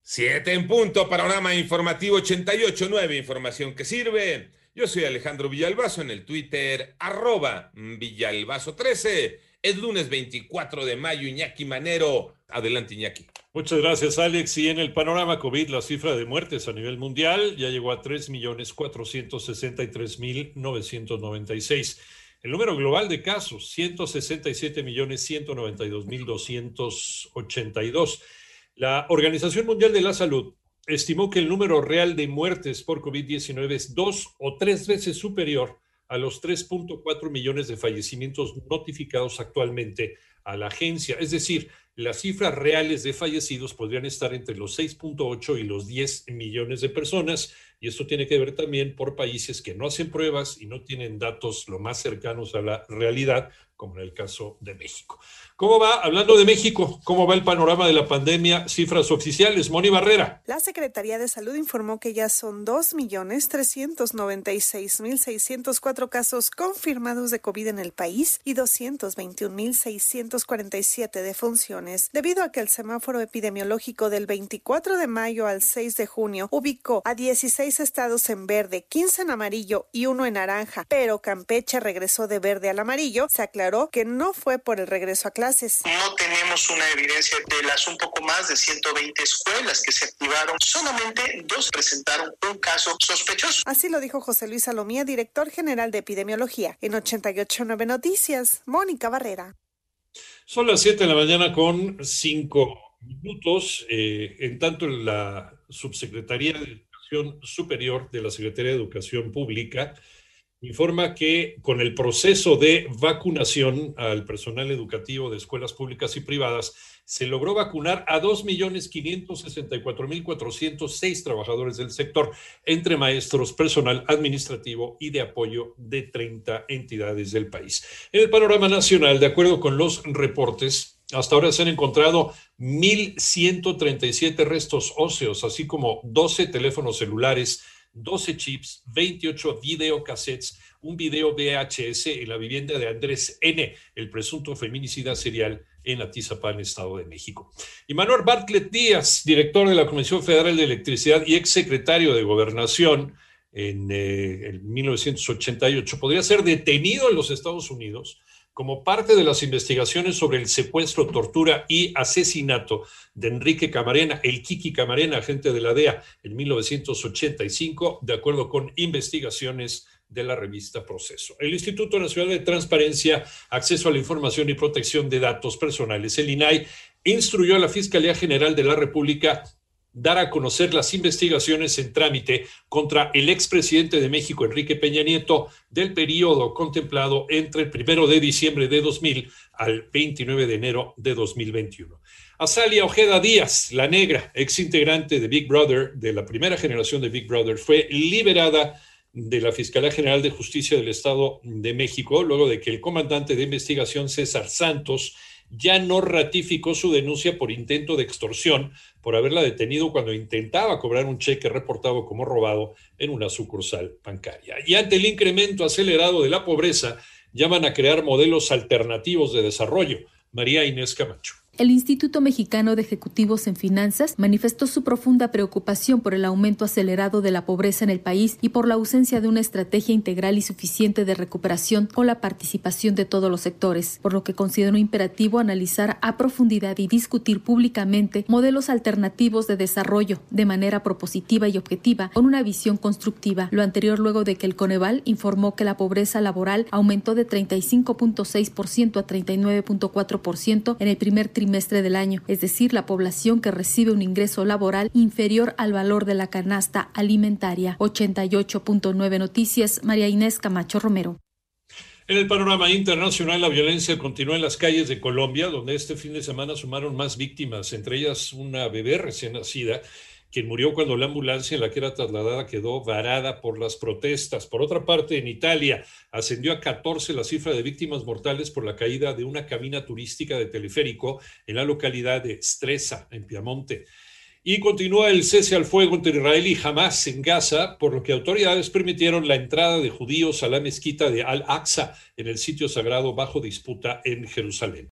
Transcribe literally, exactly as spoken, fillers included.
Siete en punto, panorama informativo ochenta y ocho punto nueve, información que sirve. Yo soy Alejandro Villalbazo en el Twitter, arroba Villalbazo trece. Es lunes veinticuatro de mayo, Iñaki Manero. Adelante, Iñaki. Muchas gracias, Alex. Y en el panorama COVID, la cifra de muertes a nivel mundial ya llegó a tres millones cuatrocientos sesenta y tres mil novecientos noventa y seis. El número global de casos, ciento sesenta y siete millones ciento noventa y dos mil doscientos ochenta y dos. La Organización Mundial de la Salud estimó que el número real de muertes por COVID diecinueve es dos o tres veces superior a los tres punto cuatro millones de fallecimientos notificados actualmente a la agencia. Es decir, las cifras reales de fallecidos podrían estar entre los seis punto ocho y los diez millones de personas, y esto tiene que ver también por países que no hacen pruebas y no tienen datos lo más cercanos a la realidad, como en el caso de México. ¿Cómo va? Hablando de México, ¿cómo va el panorama de la pandemia? Cifras oficiales. Moni Barrera. La Secretaría de Salud informó que ya son dos millones trescientos noventa y seis mil seiscientos cuatro casos confirmados de COVID en el país y doscientos veintiún mil seiscientos cuarenta y siete defunciones, debido a que el semáforo epidemiológico del veinticuatro de mayo al seis de junio ubicó a dieciséis estados en verde, quince en amarillo y uno en naranja, pero Campeche regresó de verde al amarillo. Se aclaró que no fue por el regreso a clases. No tenemos una evidencia de las un poco más de ciento veinte escuelas que se activaron. Solamente dos presentaron un caso sospechoso. Así lo dijo José Luis Salomía, director general de epidemiología. En ochenta y ocho punto nueve Noticias, Mónica Barrera. Son las siete de la mañana con cinco minutos. Eh, en tanto, la Subsecretaría de Educación Superior de la Secretaría de Educación Pública informa que con el proceso de vacunación al personal educativo de escuelas públicas y privadas se logró vacunar a dos millones quinientos sesenta y cuatro mil cuatrocientos seis trabajadores del sector, entre maestros, personal administrativo y de apoyo de treinta entidades del país. En el panorama nacional, de acuerdo con los reportes, hasta ahora se han encontrado mil ciento treinta y siete restos óseos, así como doce teléfonos celulares, doce chips, veintiocho videocassettes, un video V H S en la vivienda de Andrés N., el presunto feminicida serial en Atizapán, Estado de México. Y Manuel Bartlett Díaz, director de la Comisión Federal de Electricidad y exsecretario de Gobernación en, eh, en mil novecientos ochenta y ocho, podría ser detenido en los Estados Unidos como parte de las investigaciones sobre el secuestro, tortura y asesinato de Enrique Camarena, el Kiki Camarena, agente de la D E A, en mil novecientos ochenta y cinco, de acuerdo con investigaciones de la revista Proceso. El Instituto Nacional de Transparencia, Acceso a la Información y Protección de Datos Personales, el I N A I, instruyó a la Fiscalía General de la República dar a conocer las investigaciones en trámite contra el expresidente de México, Enrique Peña Nieto, del periodo contemplado entre el primero de diciembre de dos mil al veintinueve de enero de dos mil veintiuno. Azalia Ojeda Díaz, la negra, exintegrante de Big Brother, de la primera generación de Big Brother, fue liberada de la Fiscalía General de Justicia del Estado de México, luego de que el comandante de investigación, César Santos, ya no ratificó su denuncia por intento de extorsión por haberla detenido cuando intentaba cobrar un cheque reportado como robado en una sucursal bancaria. Y ante el incremento acelerado de la pobreza, llaman a crear modelos alternativos de desarrollo. María Inés Camacho. El Instituto Mexicano de Ejecutivos en Finanzas manifestó su profunda preocupación por el aumento acelerado de la pobreza en el país y por la ausencia de una estrategia integral y suficiente de recuperación con la participación de todos los sectores, por lo que consideró imperativo analizar a profundidad y discutir públicamente modelos alternativos de desarrollo de manera propositiva y objetiva, con una visión constructiva. Lo anterior luego de que el Coneval informó que la pobreza laboral aumentó de treinta y cinco punto seis por ciento a treinta y nueve punto cuatro por ciento en el primer trimestre trimestre del año, es decir, la población que recibe un ingreso laboral inferior al valor de la canasta alimentaria. ochenta y ocho punto nueve Noticias, María Inés Camacho Romero. En el panorama internacional, la violencia continúa en las calles de Colombia, donde este fin de semana sumaron más víctimas, entre ellas una bebé recién nacida, quien murió cuando la ambulancia en la que era trasladada quedó varada por las protestas. Por otra parte, en Italia ascendió a catorce la cifra de víctimas mortales por la caída de una cabina turística de teleférico en la localidad de Stresa, en Piamonte. Y continúa el cese al fuego entre Israel y Hamás en Gaza, por lo que autoridades permitieron la entrada de judíos a la mezquita de Al-Aqsa, en el sitio sagrado bajo disputa en Jerusalén.